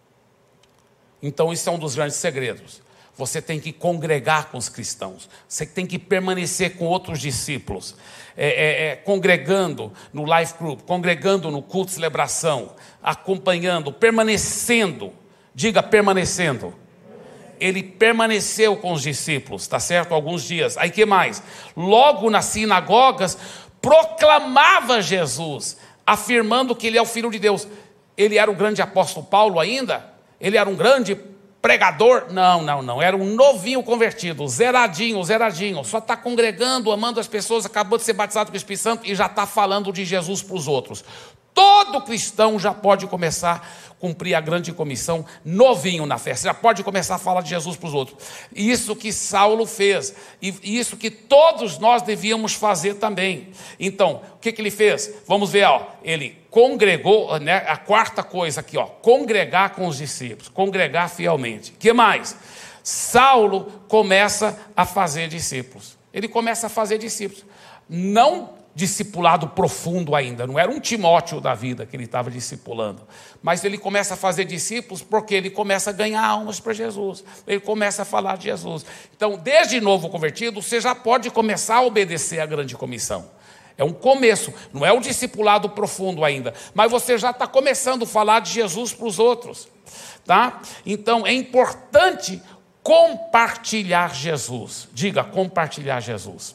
Então isso é um dos grandes segredos. Você tem que congregar com os cristãos. Você tem que permanecer com outros discípulos. Congregando no life group, congregando no culto de celebração, acompanhando, permanecendo. Diga permanecendo. Ele permaneceu com os discípulos, tá certo? Alguns dias. Aí que mais? Logo nas sinagogas, proclamava Jesus, afirmando que ele é o Filho de Deus. Ele era o grande apóstolo Paulo ainda? Ele era um grande pregador? Não. Era um novinho convertido, zeradinho. Só está congregando, amando as pessoas, acabou de ser batizado com o Espírito Santo e já está falando de Jesus para os outros. Todo cristão já pode começar a cumprir a grande comissão novinho na fé. Você já pode começar a falar de Jesus para os outros. Isso que Saulo fez. E isso que todos nós devíamos fazer também. Então, o que ele fez? Vamos ver, ele congregou, né? A quarta coisa aqui, congregar com os discípulos. Congregar fielmente. O que mais? Saulo começa a fazer discípulos. Ele começa a fazer discípulos. Não discipulado profundo ainda, não era um Timóteo da vida que ele estava discipulando, mas ele começa a fazer discípulos porque ele começa a ganhar almas para Jesus, ele começa a falar de Jesus. Então, desde novo convertido, você já pode começar a obedecer à grande comissão. É um começo, não é um discipulado profundo ainda, mas você já está começando a falar de Jesus para os outros, tá? Então, é importante compartilhar Jesus. Diga, compartilhar Jesus.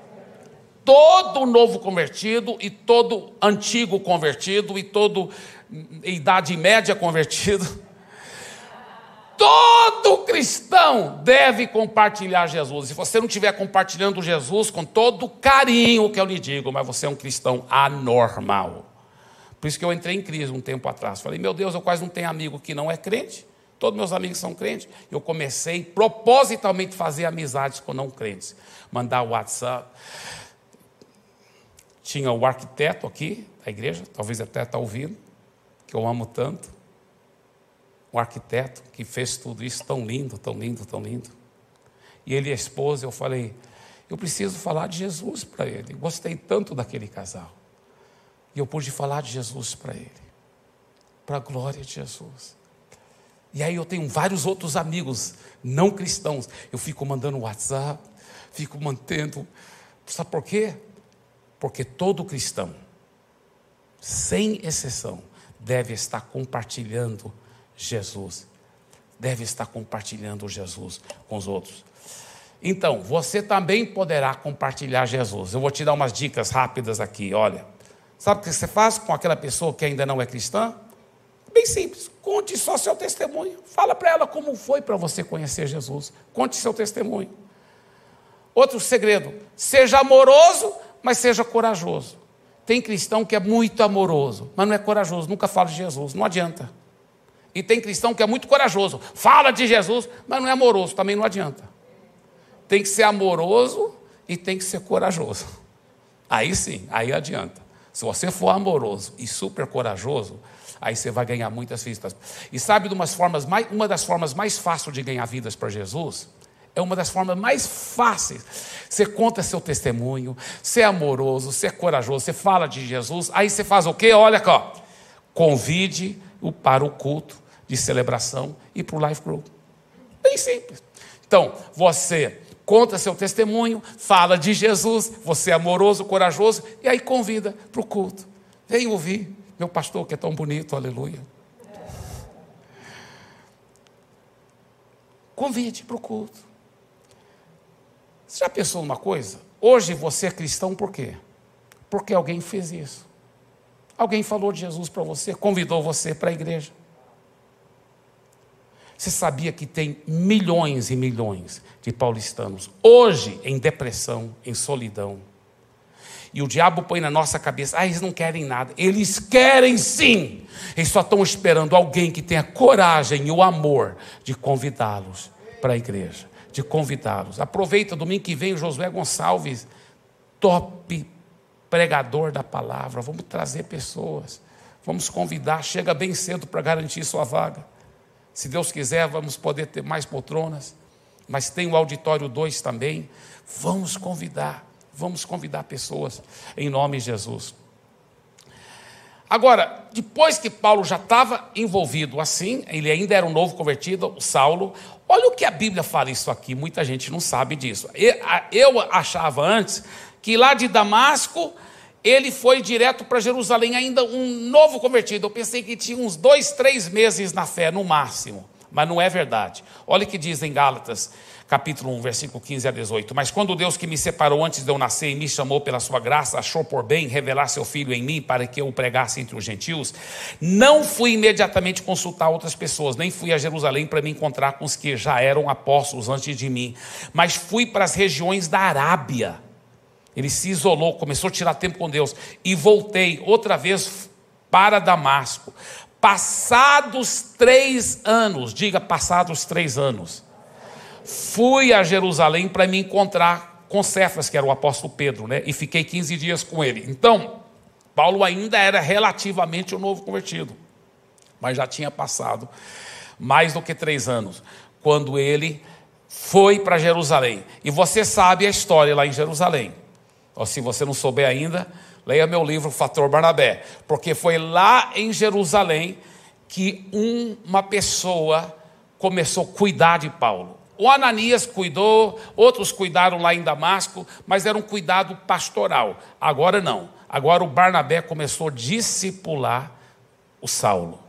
Todo novo convertido e todo antigo convertido e todo idade média convertido, todo cristão deve compartilhar Jesus. Se você não estiver compartilhando Jesus com todo carinho que eu lhe digo, mas você é um cristão anormal. Por isso que eu entrei em crise um tempo atrás. Falei, meu Deus, eu quase não tenho amigo que não é crente. Todos meus amigos são crentes. Eu comecei propositalmente a fazer amizades com não crentes. Mandar WhatsApp. Tinha o arquiteto aqui da igreja, talvez até está ouvindo, que eu amo tanto. O arquiteto que fez tudo isso tão lindo, tão lindo, tão lindo. E ele e a esposa, eu falei, eu preciso falar de Jesus para ele. Gostei tanto daquele casal. E eu pude falar de Jesus para ele. Para a glória de Jesus. E aí eu tenho vários outros amigos não cristãos. Eu fico mandando WhatsApp, fico mantendo. Sabe por quê? Porque todo cristão, sem exceção, deve estar compartilhando Jesus. Deve estar compartilhando Jesus com os outros. Então, você também poderá compartilhar Jesus. Eu vou te dar umas dicas rápidas aqui, olha. Sabe o que você faz com aquela pessoa que ainda não é cristã? Bem simples, conte só seu testemunho. Fala para ela como foi para você conhecer Jesus. Conte seu testemunho. Outro segredo, seja amoroso, mas seja corajoso. Tem cristão que é muito amoroso, mas não é corajoso, nunca fala de Jesus, não adianta. E tem cristão que é muito corajoso, fala de Jesus, mas não é amoroso, também não adianta. Tem que ser amoroso e tem que ser corajoso. Aí sim, aí adianta. Se você for amoroso e super corajoso, aí você vai ganhar muitas vidas. E sabe uma das formas mais fáceis de ganhar vidas para Jesus? É uma das formas mais fáceis. Você conta seu testemunho, você é amoroso, você é corajoso, você fala de Jesus, aí você faz o quê? Olha aqui, convide-o para o culto de celebração e para o life group. Bem simples. Então, você conta seu testemunho, fala de Jesus, você é amoroso, corajoso, e aí convida para o culto. Vem ouvir meu pastor que é tão bonito, aleluia. Convide para o culto. Você já pensou numa coisa? Hoje você é cristão por quê? Porque alguém fez isso. Alguém falou de Jesus para você, convidou você para a igreja. Você sabia que tem milhões e milhões de paulistanos hoje em depressão, em solidão? E o diabo põe na nossa cabeça, eles não querem nada. Eles querem sim. Eles só estão esperando alguém que tenha coragem e o amor de convidá-los para a igreja, de convidá-los. Aproveita, domingo que vem, o Josué Gonçalves, top pregador da palavra. Vamos trazer pessoas, vamos convidar. Chega bem cedo para garantir sua vaga. Se Deus quiser, vamos poder ter mais poltronas. Mas tem o auditório 2 também. Vamos convidar pessoas em nome de Jesus. Agora, depois que Paulo já estava envolvido assim, ele ainda era um novo convertido, o Saulo. Olha o que a Bíblia fala isso aqui, muita gente não sabe disso. Eu achava antes que lá de Damasco, ele foi direto para Jerusalém, ainda um novo convertido. Eu pensei que tinha uns 2, 3 meses na fé, no máximo. Mas não é verdade. Olha o que diz em Gálatas, capítulo 1, versículo 15 a 18. Mas quando Deus que me separou antes de eu nascer e me chamou pela sua graça, achou por bem revelar seu Filho em mim para que eu o pregasse entre os gentios, não fui imediatamente consultar outras pessoas, nem fui a Jerusalém para me encontrar com os que já eram apóstolos antes de mim, mas fui para as regiões da Arábia. Ele se isolou, começou a tirar tempo com Deus e voltei outra vez para Damasco. Passados 3 anos, diga passados 3 anos, fui a Jerusalém para me encontrar com Cefas, que era o apóstolo Pedro, né? E fiquei 15 dias com ele. Então, Paulo ainda era relativamente um novo convertido, mas já tinha passado mais do que 3 anos, quando ele foi para Jerusalém. E você sabe a história lá em Jerusalém. Ou se você não souber ainda, leia meu livro, Fator Barnabé, porque foi lá em Jerusalém que uma pessoa começou a cuidar de Paulo. O Ananias cuidou, outros cuidaram lá em Damasco, mas era um cuidado pastoral. Agora não. Agora o Barnabé começou a discipular o Saulo.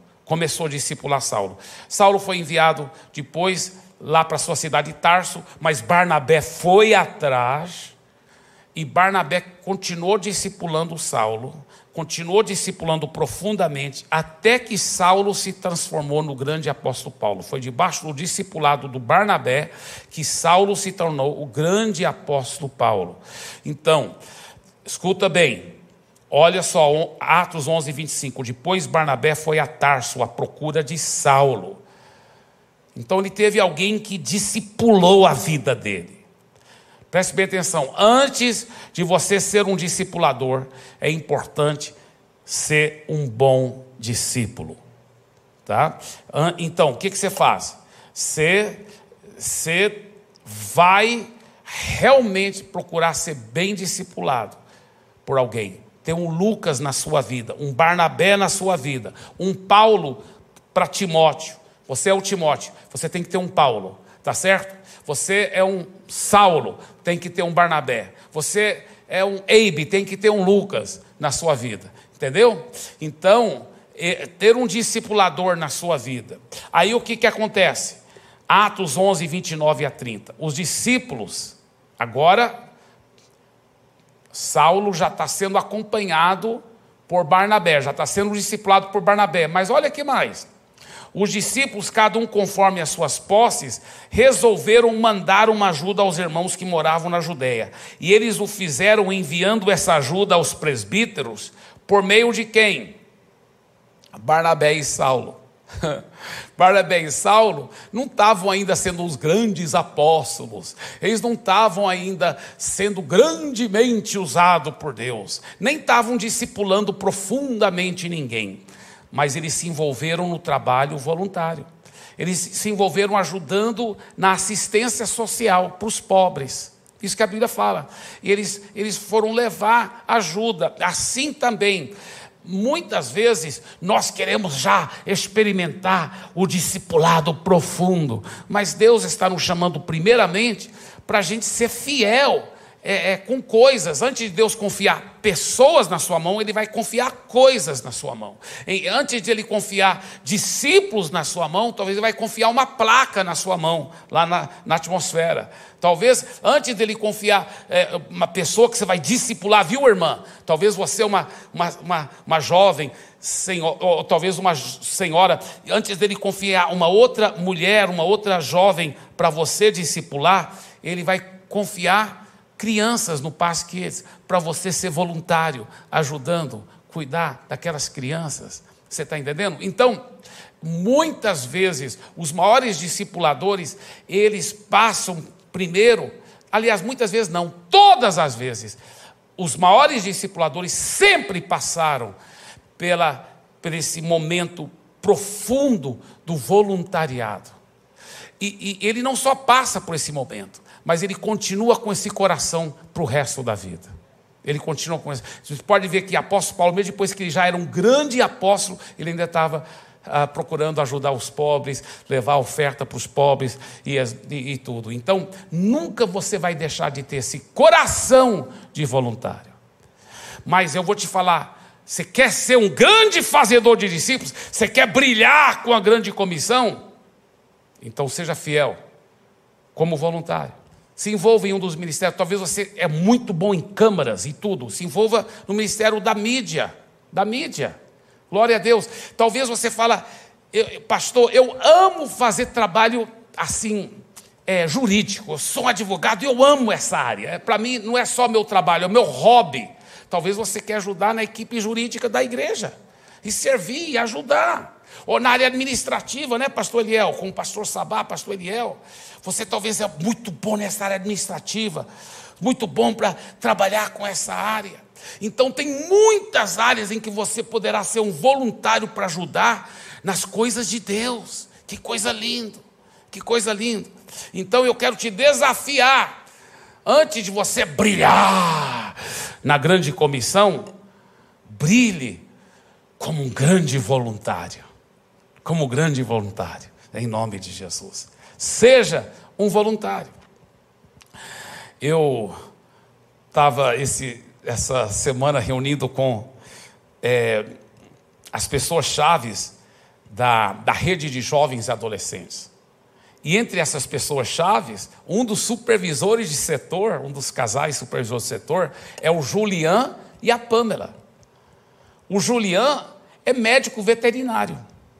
Saulo foi enviado depois lá para a sua cidade de Tarso, mas Barnabé foi atrás. E Barnabé continuou discipulando Saulo, continuou discipulando profundamente, até que Saulo se transformou no grande apóstolo Paulo. Foi debaixo do discipulado do Barnabé que Saulo se tornou o grande apóstolo Paulo. Então, escuta bem, olha só, Atos 11, 25. Depois Barnabé foi a Tarso à procura de Saulo. Então ele teve alguém que discipulou a vida dele. Preste bem atenção, antes de você ser um discipulador, é importante ser um bom discípulo, tá? Então, o que você faz? Você vai realmente procurar ser bem discipulado por alguém. Ter um Lucas na sua vida, um Barnabé na sua vida, um Paulo para Timóteo. Você é o Timóteo, você tem que ter um Paulo, tá certo? Você é um Saulo, tem que ter um Barnabé. Você é um Eibe, tem que ter um Lucas na sua vida. Entendeu? Então, ter um discipulador na sua vida. Aí o que acontece? Atos 11, 29 a 30. Os discípulos, agora, Saulo já está sendo acompanhado por Barnabé, já está sendo discipulado por Barnabé. Mas olha que mais. Os discípulos, cada um conforme as suas posses, resolveram mandar uma ajuda aos irmãos que moravam na Judeia. E eles o fizeram enviando essa ajuda aos presbíteros, por meio de quem? Barnabé e Saulo. Barnabé e Saulo não estavam ainda sendo os grandes apóstolos, eles não estavam ainda sendo grandemente usados por Deus, nem estavam discipulando profundamente ninguém. Mas eles se envolveram no trabalho voluntário. Eles se envolveram ajudando na assistência social para os pobres. Isso que a Bíblia fala. E eles foram levar ajuda. Assim também, muitas vezes, nós queremos já experimentar o discipulado profundo. Mas Deus está nos chamando primeiramente para a gente ser fiel com coisas. Antes de Deus confiar pessoas na sua mão, Ele vai confiar coisas na sua mão. Antes de Ele confiar discípulos na sua mão, talvez Ele vai confiar uma placa na sua mão, lá na atmosfera. Talvez, antes de Ele confiar uma pessoa que você vai discipular, viu, irmã? Talvez você é uma jovem, ou talvez uma senhora, antes dele confiar uma outra mulher, uma outra jovem para você discipular, Ele vai confiar crianças no Pass Kids para você ser voluntário, ajudando, cuidar daquelas crianças. Você está entendendo? Então, muitas vezes, os maiores discipuladores, eles passam primeiro, aliás, muitas vezes não, todas as vezes, os maiores discipuladores sempre passaram por esse momento profundo do voluntariado. E ele não só passa por esse momento, mas ele continua com esse coração para o resto da vida. Ele continua com isso. Você pode ver que o apóstolo Paulo, mesmo depois que ele já era um grande apóstolo, ele ainda estava procurando ajudar os pobres, levar oferta para os pobres e tudo. Então, nunca você vai deixar de ter esse coração de voluntário. Mas eu vou te falar, você quer ser um grande fazedor de discípulos? Você quer brilhar com a grande comissão? Então seja fiel, como voluntário. Se envolva em um dos ministérios. Talvez você é muito bom em câmaras e tudo. Se envolva no ministério da mídia. Glória a Deus. Talvez você fala, pastor, eu amo fazer trabalho assim, jurídico. Eu sou um advogado e eu amo essa área. Para mim não é só meu trabalho, é o meu hobby. Talvez você quer ajudar na equipe jurídica da igreja. E servir e ajudar. Ou na área administrativa, né, pastor Eliel? Com o pastor Sabá, pastor Eliel. Você talvez é muito bom nessa área administrativa. Muito bom para trabalhar com essa área. Então tem muitas áreas em que você poderá ser um voluntário para ajudar nas coisas de Deus. Que coisa linda. Que coisa linda. Então eu quero te desafiar. Antes de você brilhar na grande comissão, brilhe como um grande voluntário. Como um grande voluntário, em nome de Jesus. Seja um voluntário. Eu estava essa semana reunido com as pessoas chaves da rede de jovens e adolescentes. E entre essas pessoas chaves, um dos supervisores de setor, um dos casais supervisores de setor, é o Julian e a Pamela. O Julian é médico veterinário.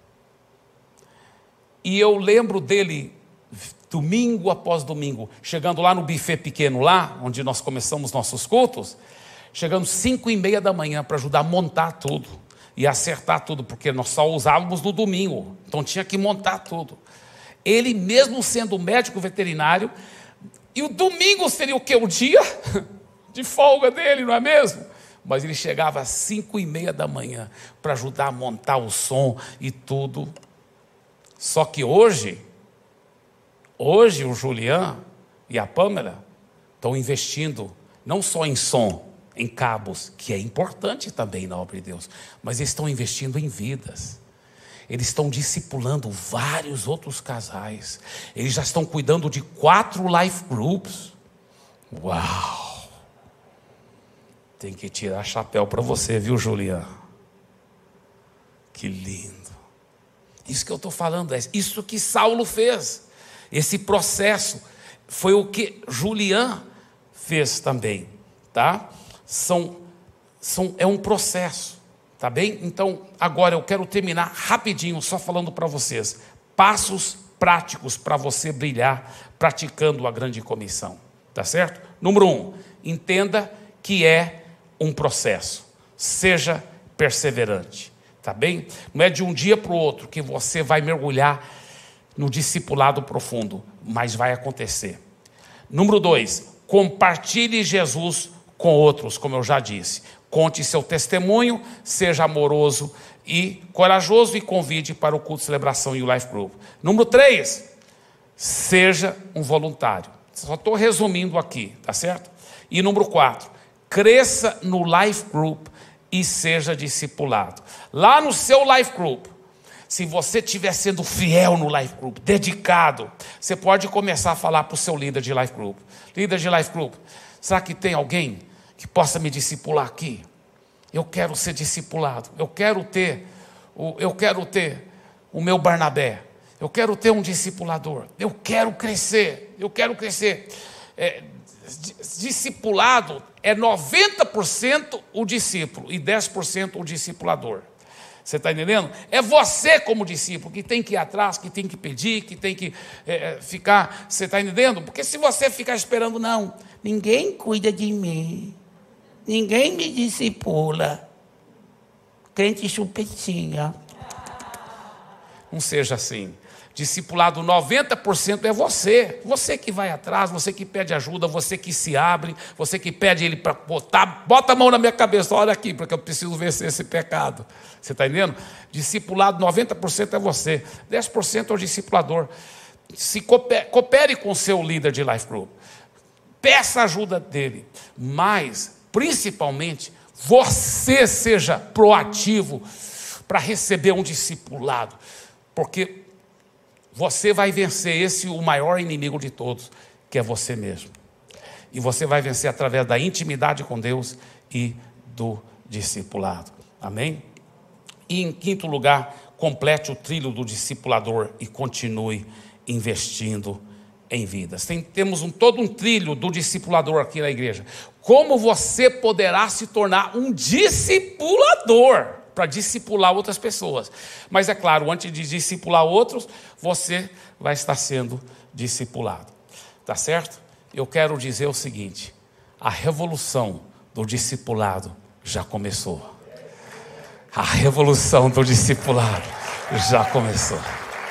E eu lembro dele, domingo após domingo, chegando lá no buffet pequeno, lá onde nós começamos nossos cultos, chegando 5:30 da manhã para ajudar a montar tudo e acertar tudo, porque nós só usávamos no domingo, então tinha que montar tudo. Ele mesmo sendo médico veterinário, e o domingo seria o quê? O dia de folga dele, não é mesmo? Mas ele chegava às 5:30 da manhã para ajudar a montar o som e tudo. Só que hoje o Julian e a Pamela estão investindo não só em som, em cabos, que é importante também na obra de Deus, mas eles estão investindo em vidas. Eles estão discipulando vários outros casais. Eles já estão cuidando de 4 life groups. Uau! Tem que tirar chapéu para você, viu, Julian? Que lindo. Isso que eu estou falando, é isso que Saulo fez. Esse processo foi o que Julian fez também, tá? É um processo. Tá bem? Então, agora eu quero terminar rapidinho, só falando para vocês. Passos práticos para você brilhar praticando a grande comissão. Tá certo? Número 1, entenda que é um processo. Seja perseverante. Tá bem? Não é de um dia para o outro que você vai mergulhar no discipulado profundo, mas vai acontecer. Número 2, compartilhe Jesus com outros, como eu já disse. Conte seu testemunho, seja amoroso e corajoso e convide para o culto de celebração e o life group. Número 3, seja um voluntário. Só estou resumindo aqui, tá certo? E número 4, cresça no life group e seja discipulado. Lá no seu life group, se você estiver sendo fiel no life group, dedicado, você pode começar a falar para o seu líder de life group. Líder de life group, Será que tem alguém que possa me discipular aqui? Eu quero ser discipulado. Eu quero ter o meu Barnabé. Eu quero ter um discipulador. Eu quero crescer. Discipulado é 90% o discípulo e 10% o discipulador. Você está entendendo? É você como discípulo que tem que ir atrás, que tem que pedir, que tem que ficar. Você está entendendo? Porque se você ficar esperando, não, ninguém cuida de mim, ninguém me discipula, crente chupetinha. Não seja assim. Discipulado 90% é você. Você que vai atrás, você que pede ajuda, você que se abre, você que pede ele para bota a mão na minha cabeça, olha aqui, porque eu preciso vencer esse pecado. Você está entendendo? Discipulado 90% é você, 10% é o discipulador. Se coopere com o seu líder de life group. Peça ajuda dele, mas principalmente você seja proativo para receber um discipulado, porque você vai vencer o maior inimigo de todos, que é você mesmo. E você vai vencer através da intimidade com Deus e do discipulado. Amém? E em quinto lugar, complete o trilho do discipulador e continue investindo em vidas. Temos todo um trilho do discipulador aqui na igreja. Como você poderá se tornar um discipulador para discipular outras pessoas? Mas é claro, antes de discipular outros, você vai estar sendo discipulado. Tá certo? Eu quero dizer o seguinte: a revolução do discipulado já começou. A revolução do discipulado já começou.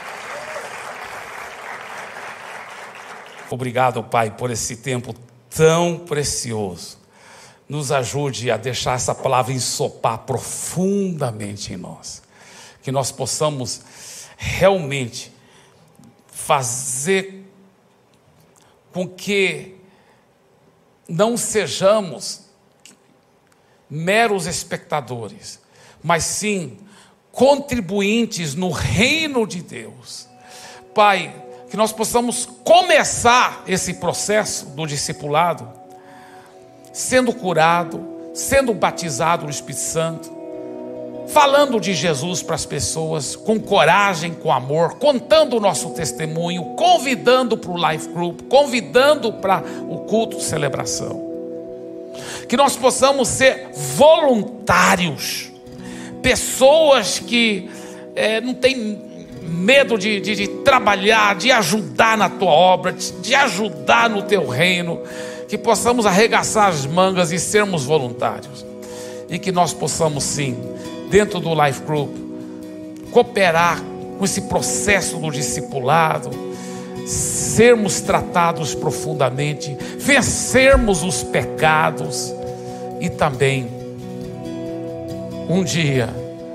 Obrigado, Pai, por esse tempo tão precioso. Nos ajude a deixar essa palavra ensopar profundamente em nós. Que nós possamos realmente fazer com que não sejamos meros espectadores, mas sim contribuintes no reino de Deus. Pai, que nós possamos começar esse processo do discipulado sendo curado, sendo batizado no Espírito Santo, falando de Jesus para as pessoas com coragem, com amor, contando o nosso testemunho, convidando para o Life Group, convidando para o culto de celebração. Que nós possamos ser voluntários, pessoas que não têm medo de trabalhar, de ajudar na tua obra, de ajudar no teu reino. Que possamos arregaçar as mangas e sermos voluntários. E que nós possamos sim, dentro do Life Group, cooperar com esse processo do discipulado, sermos tratados profundamente, vencermos os pecados e também, um dia,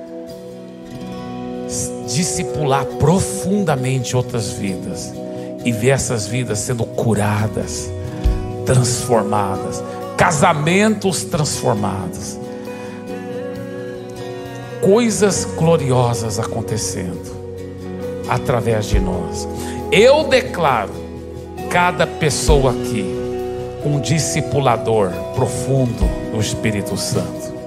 discipular profundamente outras vidas e ver essas vidas sendo curadas, transformadas, casamentos transformados, coisas gloriosas acontecendo através de nós. Eu declaro cada pessoa aqui um discipulador profundo do Espírito Santo.